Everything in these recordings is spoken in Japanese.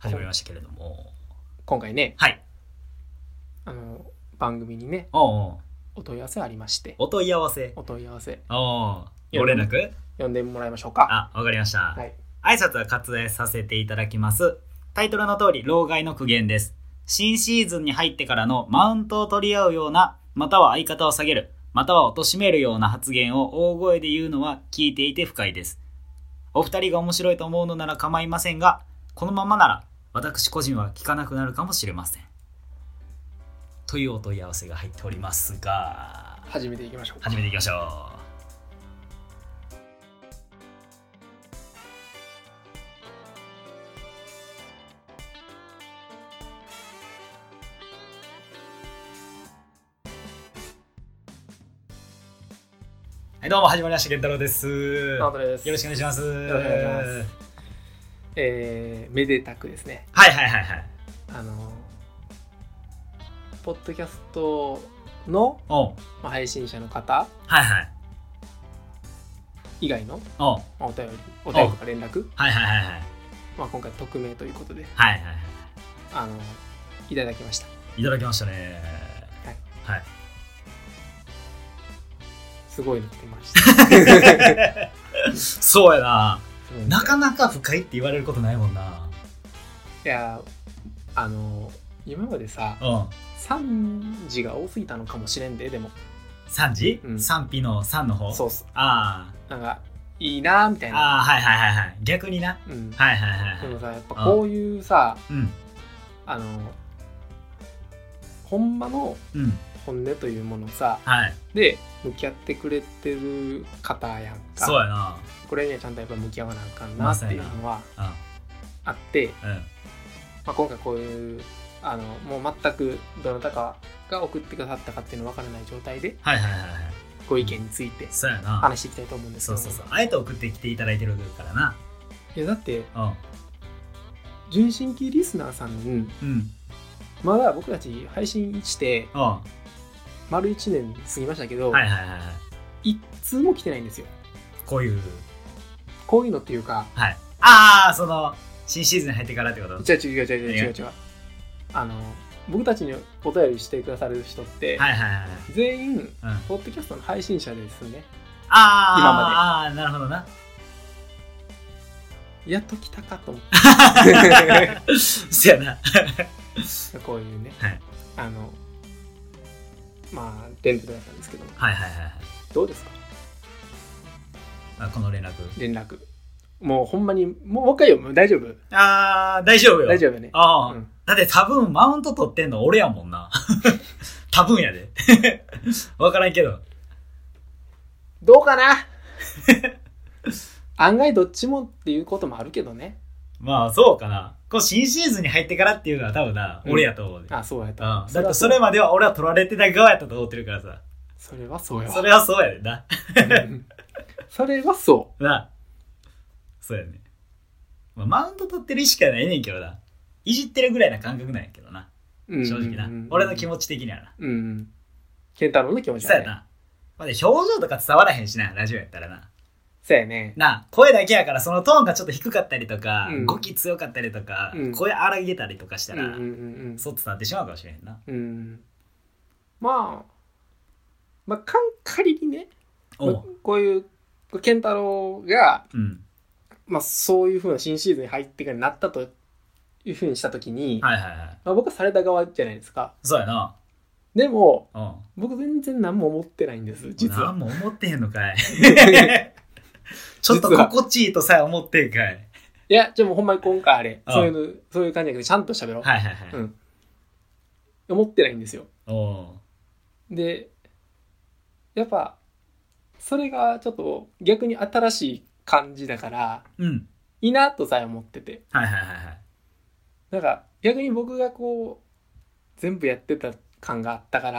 始まりましたけれども、 今回ね、 はい、 番組にね、 お問い合わせありまして、 問い合わせご連絡読んでもらいましょうか。 わかりました、 はい、 挨拶は割愛させていただきます。タイトルの通り老害の苦言です。新シーズンに入ってからのマウントを取り合うような、または相方を下げる、または貶めるような発言を大声で言うのは聞いていて不快です。お二人が面白いと思うのなら構いませんが、このままなら私個人は聞かなくなるかもしれません、というお問い合わせが入っておりますが、 始めていきましょう。 始めていきましょう。はい、どうも始まりました。健太郎です。 直人です。 よろしくお願いします。 よろしくお願いします。めでたくですね、 はいはいはいはい。 ポッドキャストの配信者の方はいはい以外のお便りとか連絡、 はいはいはいはい。 今回匿名ということで、 はいはいはい。 いただきました。 いただきましたね。 はいはい。 すごいの来てましたそうやな。なかなか深いって言われることないもんな。 いや、今までさ、3時が多すぎたのかもしれんで。でも 3時、 うん、 賛否の3の方。 そうそう。 なんかいいなみたいな。 はいはいはいはい。逆にな。はいはいはい。 でもさ、やっぱこういうさ、ほんまの本音というものさ、で向き合ってくれてる方やんか。 そうやな。 これにはちゃんとやっぱ向き合わなあかんなっていうのはあって、今回こういうもう全くどなたかが送ってくださったかっていうの分からない状態で、ご意見について話していきたいと思うんですけど、 そうあえて送ってきていただいてるからな。 いやだって純新規リスナーさん、まだ僕たち配信して丸1年過ぎましたけど、一通も来てないんですよ。こういうのっていうか、 その新シーズンに入ってからってこと？ 違う。僕たちにお便りしてくださる人って、全員ポッドキャストの配信者ですね。今まで。 なるほどな。 やっと来たかと思ってそやなこういうね、連絡だったんですけど、どうですか？ この連絡もうほんまにもう一回読む？大丈夫？ 大丈夫よ。 大丈夫ね。 だって多分マウント取ってんの俺やもんな多分やで分からんけど、 どうかな案外どっちもっていうこともあるけどね。 まあそうかな。こう新シーズンに入ってからっていうのは多分な、俺やと思うで。 そうやと。 だってそれまでは俺は取られてた側やったと思ってるからさ。 それはそうやわ。 それはそうやでなそれはそうな。そうやね。マウント取ってる意識はないねんけどな。いじってるぐらいな感覚なんやけどな。正直な。俺の気持ち的にはな。 健太郎の気持ちはね。そうやな。表情とか伝わらへんしな、ラジオやったらな。 そうやね。 声だけやからそのトーンがちょっと低かったりとか、語気強かったりとか、声荒げたりとかしたら、そう伝わってしまうかもしれへんな。 仮にね、こういう健太郎が、そういう風な新シーズンに入ってからなったという風にしたときに、僕はされた側じゃないですか。 そうやな。 でも、僕全然何も思ってないんです、実は。 何も思ってへんのかいちょっと心地いいとさえ思ってんかい。 いや、もうほんまに今回あれ、そういう感じだけど、ちゃんと喋ろう。思ってないんですよ。で、やっぱ、それがちょっと逆に新しい感じだから、いいなとさえ思ってて。なんか、逆に僕がこう、全部やってた感があったから、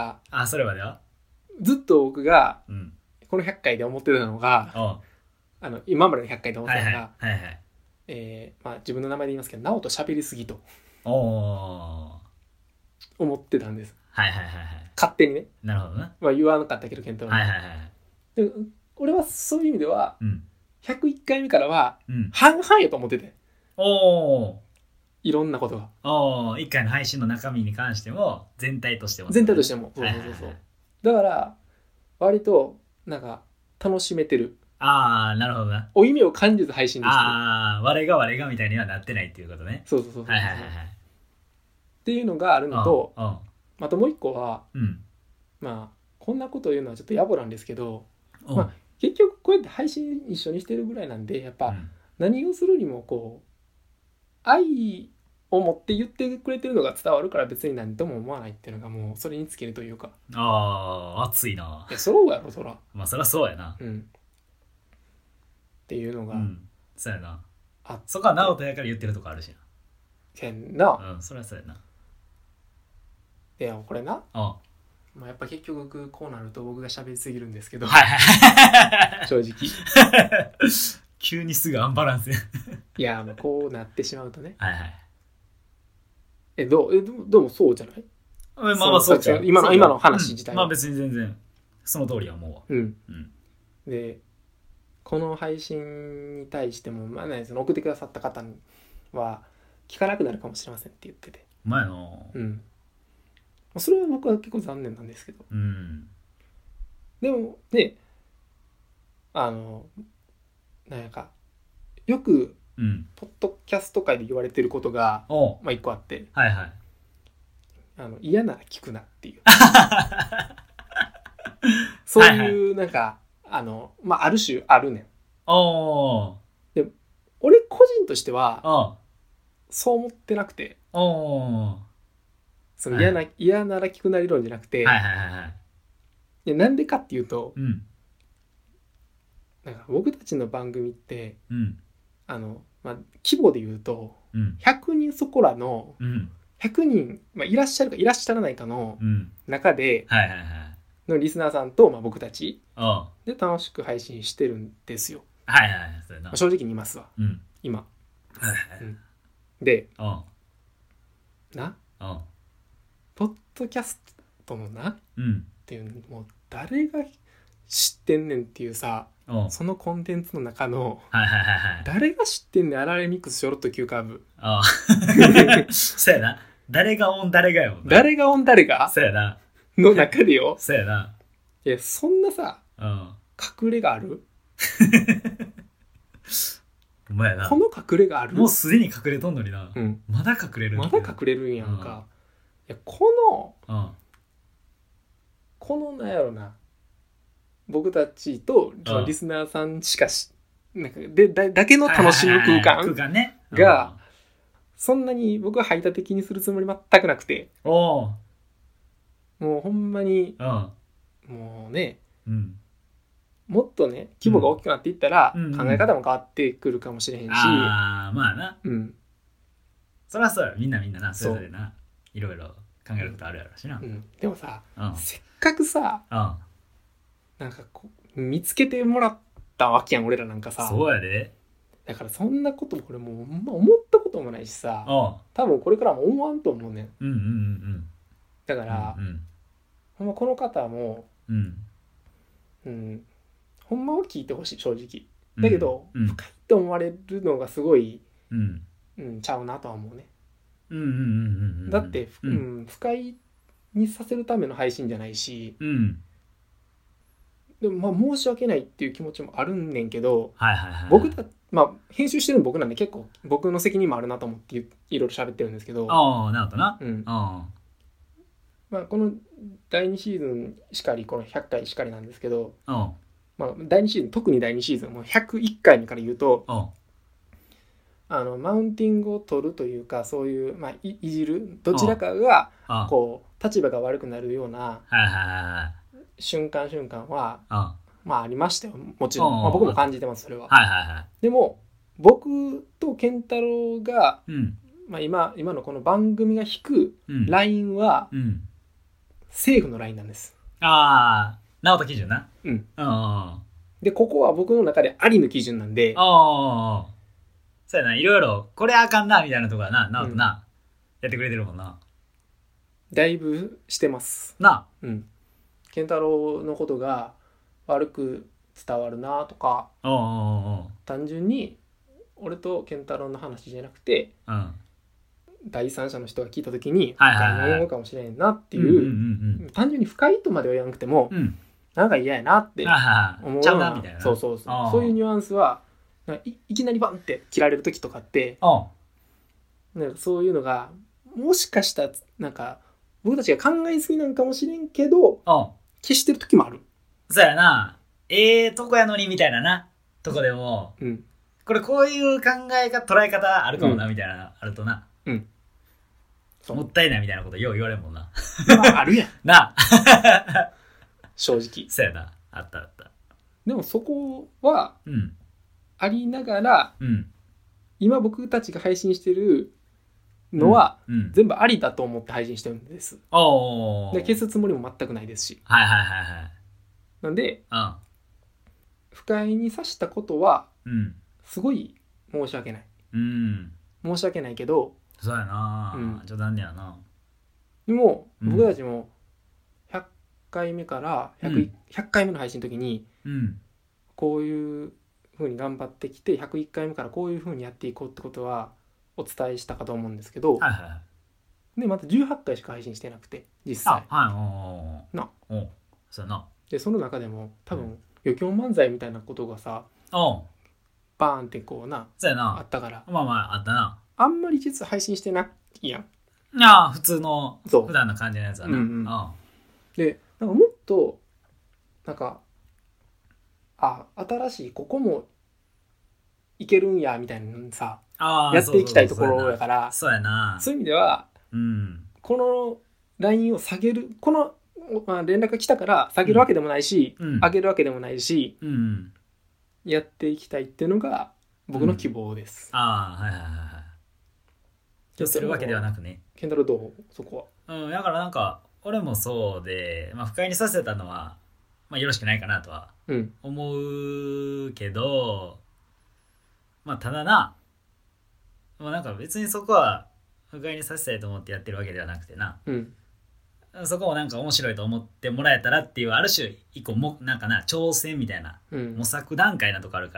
それまではずっと僕が、この100回で思ってたのが、今までの100回で思ってたのが、自分の名前で言いますけど、直人喋りすぎと思ってたんです。勝手にね。 なるほどな。 言わなかったけど、健太郎に。俺はそういう意味では、101回目からは半々やと思ってて。 いろんなことが。 一回の配信の中身に関しても、全体としても。 全体としても。そうそうそうそう。だから、割と、なんか、楽しめてる。 ああ、なるほどな。 負い目を感じず配信できてる。 ああ、我がみたいにはなってないっていうことね。 そうそうそうそう。 はいはいはいはい。 っていうのがあるのと、 あともう一個は、 うん、 まあ、こんなことを言うのはちょっと野暮なんですけど、まあ、結局こうやって配信一緒にしてるぐらいなんで、やっぱ、何をするにもこう、愛を持って言ってくれてるのが伝わるから別に何とも思わないっていうのがもうそれに尽きるというか。 ああ、熱いな。 そうやろ、そら。 まあ、そらそうやな。 うん。っていうのが、 そうやな。そこは直人やから言ってるとこあるしな。 けんな。 そりゃそうやな。 でもこれな。まあ、やっぱ結局こうなると僕が喋りすぎるんですけど。正直。 急にすぐアンバランス。 いや、もうこうなってしまうとね。 はいはい。 どうもそうじゃない？ まあまあそうか。 今の話自体は。 まあ別に全然その通りはもう。 で、この配信に対しても、まあね、その送ってくださった方には聞かなくなるかもしれませんって言ってて。 前の。 それは僕は結構残念なんですけど。でもね、なんかよくポッドキャスト界で言われてることがまあ一個あって、嫌なら聞くなっていうそういうなんかまあある種あるねん。で俺個人としてはそう思ってなくて、その嫌なら聞くな理論じゃなくて、なんでかっていうと、なんか僕たちの番組って、まあ、規模で言うと、100人そこらの、100人、まあ、いらっしゃるかいらっしゃらないかの中でのリスナーさんと、まあ、僕たちで楽しく配信してるんですよ。正直に言いますわ、今。で、ポッドキャストのな、っていうのもう誰が知ってんねんっていうさ、そのコンテンツの中の、誰が知ってんねん、アラレミックスショロット急カーブ。 そうやな。誰がオン誰がよ。 誰がオン誰がそうやな。 の中でよ。 そうやな。 いや、そんなさ、隠れがある？ お前な。 この隠れがある？ もうすでに隠れとんのにな。まだ隠れる。 まだ隠れるんやんか。いや、このなんやろな。僕たちとリスナーさんしかなんかだけの楽しむ空間がそんなに僕は排他的にするつもり全くなくて、もうほんまにもうね、もっとね規模が大きくなっていったら考え方も変わってくるかもしれへんし、 まあな、そりゃそうや、みんなな、それぞれないろいろ考えることあるやろしな。 でもさ、せっかくさ、なんかこう見つけてもらったわけやん、俺らなんかさ。 そうやで。 だからそんなこともこれもう思ったこともないしさ、多分これからも思わんと思うねん。だから、ほんまこの方も、ほんまは聞いてほしい、正直。だけど、深いと思われるのがすごい、ちゃうなとは思うね。だって、不快にさせるための配信じゃないし、でもまあ申し訳ないっていう気持ちもあるんねんけど、まあ編集してるの僕なんで結構僕の責任もあるなと思っていろいろ喋ってるんですけど、 なるほどな。 まあこの第2シーズンしかりこの100回しかりなんですけど、まあ第2シーズン、特に第2シーズンもう101回目から言うと、マウンティングを取るというか、そういう、まあ、いじるどちらかがこう立場が悪くなるような瞬間はまあありましたよ、もちろん。まあ、僕も感じてます、それは。でも僕と健太郎が、まあ、今のこの番組が引くラインは、政府のラインなんです。 直人基準な。 でここは僕の中でありの基準なんで、 そうやな、いろいろこれあかんなみたいなとこはな、直人な、やってくれてるもんな。 だいぶしてますな。 健太郎のことが悪く伝わるなとか、単純に俺と健太郎の話じゃなくて、 第三者の人が聞いた時に不快に思うかもしれんなっていう、単純に不快とまでは言わなくても、なんか嫌やなって思うような、そういうニュアンスはいきなりバンって切られる時とかって、なんかそういうのがもしかしたらなんか僕たちが考えすぎなんかもしれんけど消してる時もある。 そうやな、とこやのにみたいななとこでも、これこういう考え方捉え方あるかもなみたいな、あるとな、もったいないみたいなことよう言われるもんな。 まあ、あるやんな正直。 そうやな、あったあった。 でもそこはありながら、今僕たちが配信してるのは、全部ありだと思って配信してるんです。で消すつもりも全くないですし。なんで、不快にさしたことは、すごい申し訳ない。申し訳ないけど、 そうやな、ちょっとなんねやな。 でも、僕たちも100回目から 100回目の配信の時に、こういう風に頑張ってきて101回目からこういう風にやっていこうってことはお伝えしたかと思うんですけど、でまた18回しか配信してなくて実際な、 そうやな。 でその中でも多分余興漫才みたいなことがさ、バーンってこうな、 そうやな、 あったから、 まああったな。 あんまり実は配信してないやん。 普通の普段の感じのやつはな。 でなんかもっとなんか新しいここもいけるんやみたいなのさ、やっていきたいところやから、 そうやな。 そういう意味では、この LINE を下げる、この、連絡が来たから下げるわけでもないし、上げるわけでもないし、やっていきたいっていうのが僕の希望です。 するわけではなくね。 健太郎どうそこは。だからなんか俺もそうで、不快にさせたのはよろしくないかなとは思うけど、ただな、なんか別にそこは不快にさせたいと思ってやってるわけではなくてな、そこもなんか面白いと思ってもらえたらっていう、ある種一個もなんかな、挑戦みたいな、模索段階なとこあるから、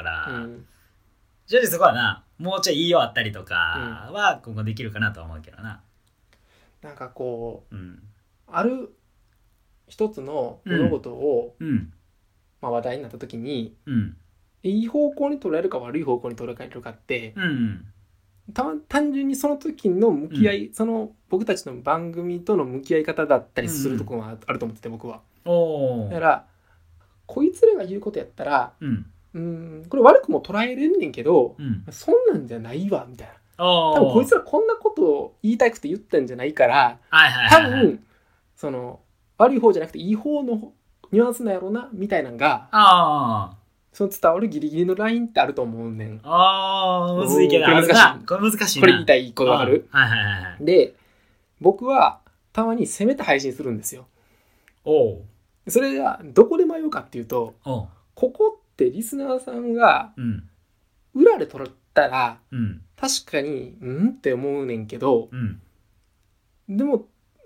正直そこはな、もうちょい言いようあったりとかは今後できるかなとは思うけどな。 なんかこう、ある一つの物事を、話題になった時に、いい方向に捉えるか悪い方向に捉えるかって、単純にその時の向き合い、その僕たちの番組との向き合い方だったりするところがあると思ってて、僕は。だからこいつらが言うことやったら、これ悪くも捉えれんねんけど、そんなんじゃないわみたいな。多分こいつらこんなことを言いたくて言ったんじゃないから、多分その悪い方じゃなくていい方のニュアンスなんやろうなみたいなのが、その伝わるギリギリのラインってあると思うねん。 むずいけど、これ難しいな。 これ言いたいことわかる？で、僕はたまに攻めた配信するんですよ。それがどこで迷うかっていうと、ここってリスナーさんが裏で撮ったら、確かにって思うねんけど、でも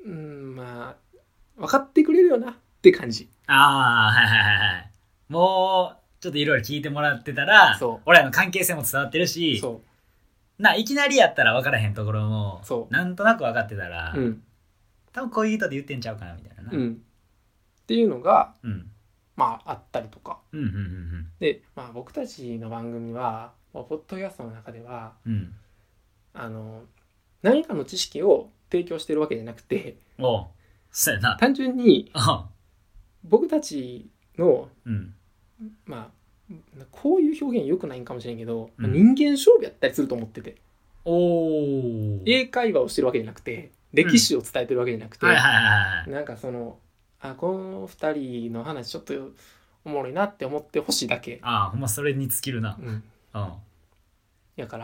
分かってくれるよなって感じ。 もうちょっといろいろ聞いてもらってたら、俺らの関係性も伝わってるし、いきなりやったら分からへんところもなんとなく分かってたら、多分こういう人で言ってんちゃうかなみたいなな、 っていうのが、あったりとか、で、僕たちの番組はポッドキャストの中では、何かの知識を提供してるわけじゃなくて、 そうやな、 単純に僕たちの、こういう表現良くないんかもしれんけど、人間勝負やったりすると思ってて、英会話をしてるわけじゃなくて、歴史を伝えてるわけじゃなくて、なんかそのこの2人の話ちょっとおもろいなって思ってほしいだけ。 ほんまそれに尽きるな。 やから、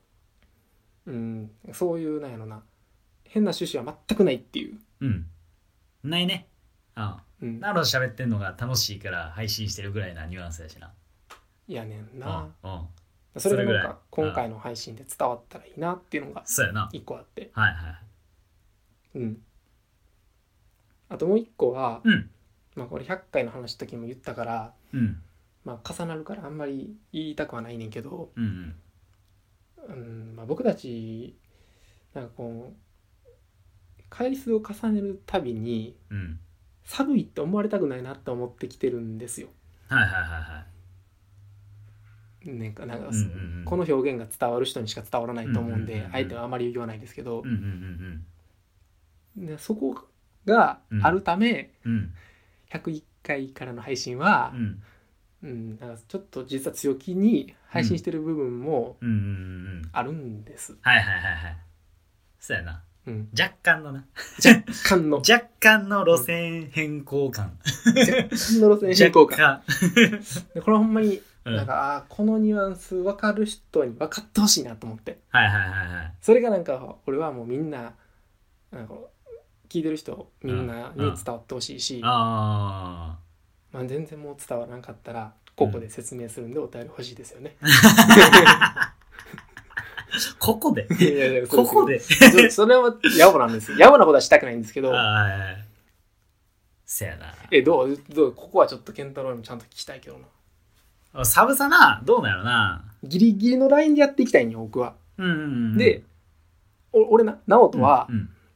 そういうなんやろな、変な趣旨は全くないっていう。 ないね。なるほど、喋ってんのが楽しいから配信してるぐらいなニュアンスやしな。 いやねんな。それがなんか今回の配信で伝わったらいいなっていうのが一個あって。あともう一個は、これ100回の話の時も言ったから、重なるからあんまり言いたくはないねんけど、僕たちなんかこう回数を重ねるたびに、寒いって思われたくないなって思ってきてるんですよ。 はいはいはいはい。 なんかこの表現が伝わる人にしか伝わらないと思うんで、相手はあまり言わないですけど、でそこがあるため、101回からの配信は、なんかちょっと実は強気に配信してる部分もあるんです。 はいはいはいはい。そうやな。若干の若干の路線変更感。 若干の路線変更感。これほんまになんか、このニュアンス分かる人に分かってほしいなと思って。 はいはいはいはい。 それがなんか俺はもうみんななんか聞いてる人みんなに伝わってほしいし、まあ、全然もう伝わらなかったらここで説明するんでお便り欲しいですよね。 ここでいやここでそれは野暮なんですよ。野暮なことはしたくないんですけど。 せやな。 どうここはちょっと健太郎にもちゃんと聞きたいけどな。サブさな、どうなんやろな。 ギリギリのラインでやっていきたいんよ僕は。で俺直人は、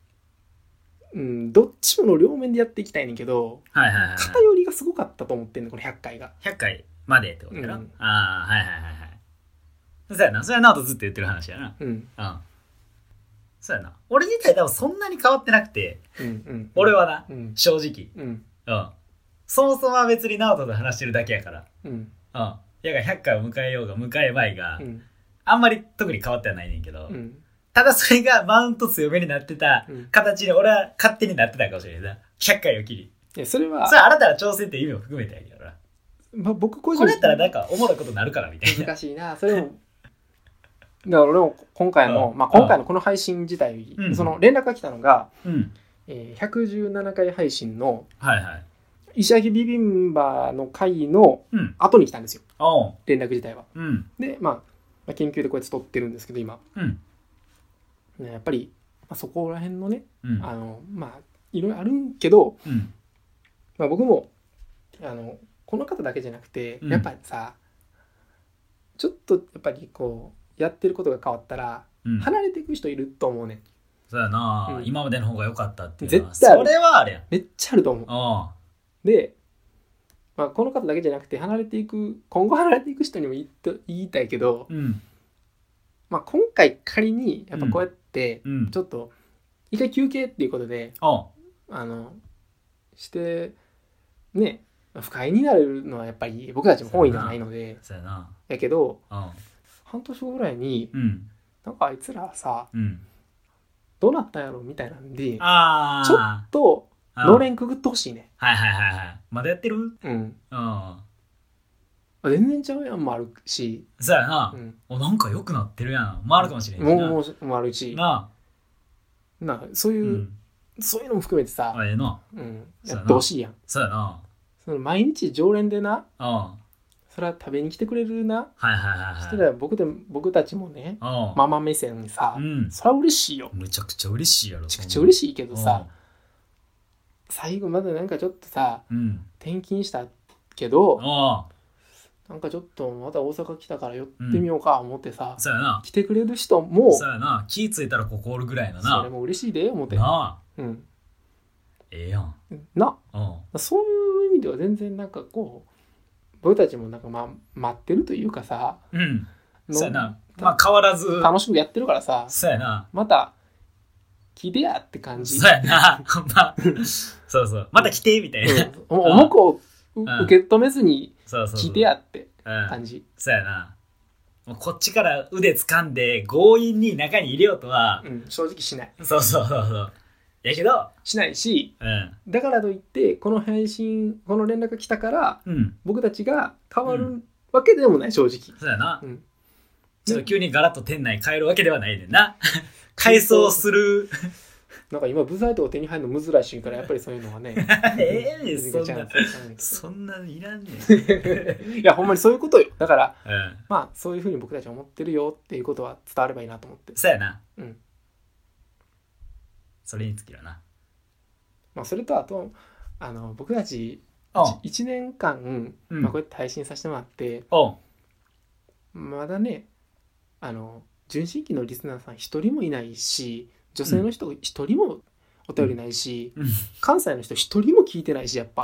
どっちもの両面でやっていきたいねんけど、偏りがすごかったと思ってんのこの100回が。 100回までってことやろ。はいはいはいはい。そうやな。それは直人ずっと言ってる話やな。そうやな。俺自体多分そんなに変わってなくて、俺はな、正直。そもそもは別に直人と話してるだけやから。やが100回を迎えようが迎えまいが、あんまり特に変わってはないねんけど、ただそれがマウント強めになってた形で俺は勝手になってたかもしれないな。100回を切り。いやそれは新たな挑戦っていう意味も含めてやけどな。 僕これやったらなんかおもろいことになるからみたいな。 難しいな。それもだから俺も今回のこの配信自体、その連絡が来たのが、117回配信の石焼きビビンバの回の後に来たんですよ、連絡自体は。で研究でこうやって撮ってるんですけど今、やっぱりそこら辺のね、いろいろあるんけど、僕もこの方だけじゃなくて、やっぱりさちょっとやっぱりこうやってることが変わったら離れていく人いると思うね。 そうやな、今までの方が良かったっていうのは絶対ある。 それはあれやん。 めっちゃあると思う。で、この方だけじゃなくて今後離れていく人にも言いたいけど、今回仮にやっぱこうやってちょっと一回休憩っていうことで、してね、不快になるのはやっぱり僕たちも本意がないので、やけど半年後ぐらいに、なんかあいつらさ、どうなったんやろみたいなんで、ちょっとのれんくぐってほしいね。 まだやってる？ 全然ちゃうやんもあるし。 そうやな。なんか良くなってるやんもあるかもしれんしな。 もうあるし。そういうのも含めてさ、やってほしいやん。 そうやな。 その毎日常連でな、それは食べに来てくれるな。そしたら僕たちもね、ママ目線にさ、それは嬉しいよ。 むちゃくちゃ嬉しいやろ。 めちゃくちゃ嬉しいけどさ、最後までなんかちょっとさ、転勤したけど、なんかちょっとまた大阪来たから寄ってみようか思ってさ、 そうやな。 来てくれる人も、 そうやな。気ぃついたらここおるぐらいのな。 それも嬉しいで思って。 ええやん。 そういう意味では全然なんかこう僕たちもなんか待ってるというかさ、 そうやな。変わらず楽しくやってるからさ、 そうやな。 また来てやって感じ。 そうやな。そうそう。また来てみたいな。 重くを受け止めずに来てやって感じ。 そうやな。こっちから腕掴んで強引に中に入れようとは、 正直しない。 そうやけどしないし、だからといってこの連絡が来たから、僕たちが変わるわけでもない正直。 そうやな。ちょっと急にガラッと店内変えるわけではないねんな。改装する。 なんか今ブザイトを手に入るの難しいからやっぱりそういうのはね。 そんないらんねん。いやほんまにそういうことよ。だから、そういうふうに僕たちは思ってるよっていうことは伝わればいいなと思って。 そうやな。それに尽きるな。 それとあと僕たち1年間、こうやって配信させてもらって、まだね純新規のリスナーさん一人もいないし、女性の人が一人もお便りないし、関西の人一人も聞いてないし、やっぱ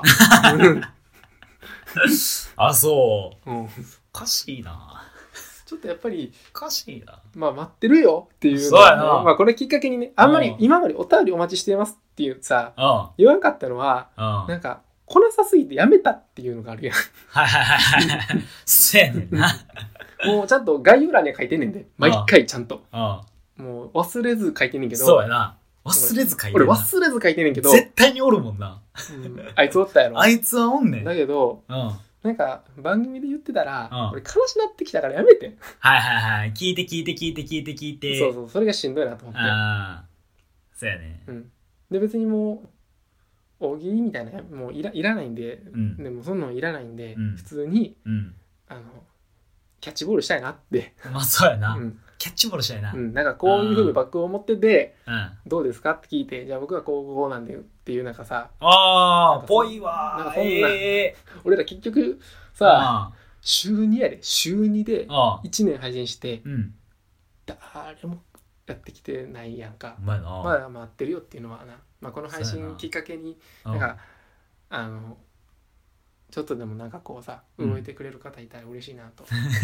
あ、そう、 おかしいな。 ちょっとやっぱりおかしいな。 まあ待ってるよっていうの、ね、 そうやな。 まあこれきっかけにね、あんまり今までお便りお待ちしてますっていうさ、言わんかったのは、なんか来なさすぎてやめたっていうのがあるやん。 はいはいはいはい。そうやねんな。 もうちゃんと概要欄には書いてんねんで。毎回ちゃんと。もう忘れず書いてんねんけど。 そうやな。忘れず書いてんねん。 俺忘れず書いてんねんけど。 絶対におるもんな。 あいつおったやろ。 あいつはおんねん。 だけど、なんか番組で言ってたら、俺悲しなってきたからやめて。 はいはいはい。聞いて。 そう、それがしんどいなと思って。 そうやね。 で別にもう、大喜利みたいなもういらないんで、でもそんなのいらないんで、普通に、キャッチボールしたいなって。 まあそうやな。キャッチボールしたいな。 なんかこういう風にバッグを持ってて、どうですかって聞いて、じゃあ僕はこうなんでっていうなんかさ、 ぽいわ。 なんかそんな、俺ら結局さ、週2やで、週2で1年配信して、誰もやってきてないやんか。まだ待ってるよっていうのはな、まあこの配信きっかけに、なんか、ちょっとでもなんかこうさ、動いてくれる方いたら嬉しいなと。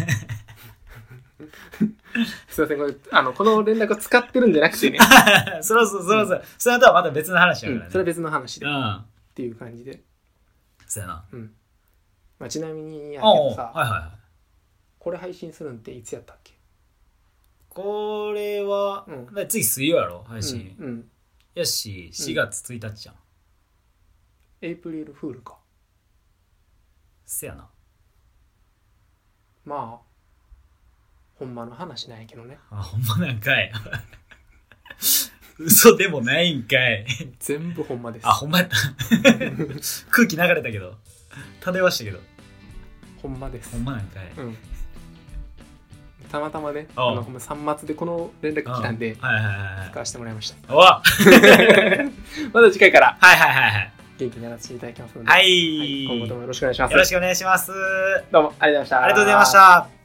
すいません、この連絡を使ってるんじゃなくてね。 そう。それとはまた別の話だからね。 それは別の話で。っていう感じで。 そうやな。 まあ、ちなみにやけどさ、これ配信するんっていつやったっけ？ これは、次水曜やろ、配信。よし、4月1日じゃん。 エイプリルフールか。 せやな。 まあほんまの話なんやけどね。 ほんまなんかい。嘘でもないんかい。 全部ほんまです。 ほんまやった。空気流れたけど、漂わしたけど、 ほんまです。 ほんまなんかい。 たまたまね、3末でこの連絡来たんで、使わせてもらいました。まだ次回から元気にやらせていただきますので、今後ともよろしくお願いします。 よろしくお願いします。 どうもありがとうございました。 ありがとうございました。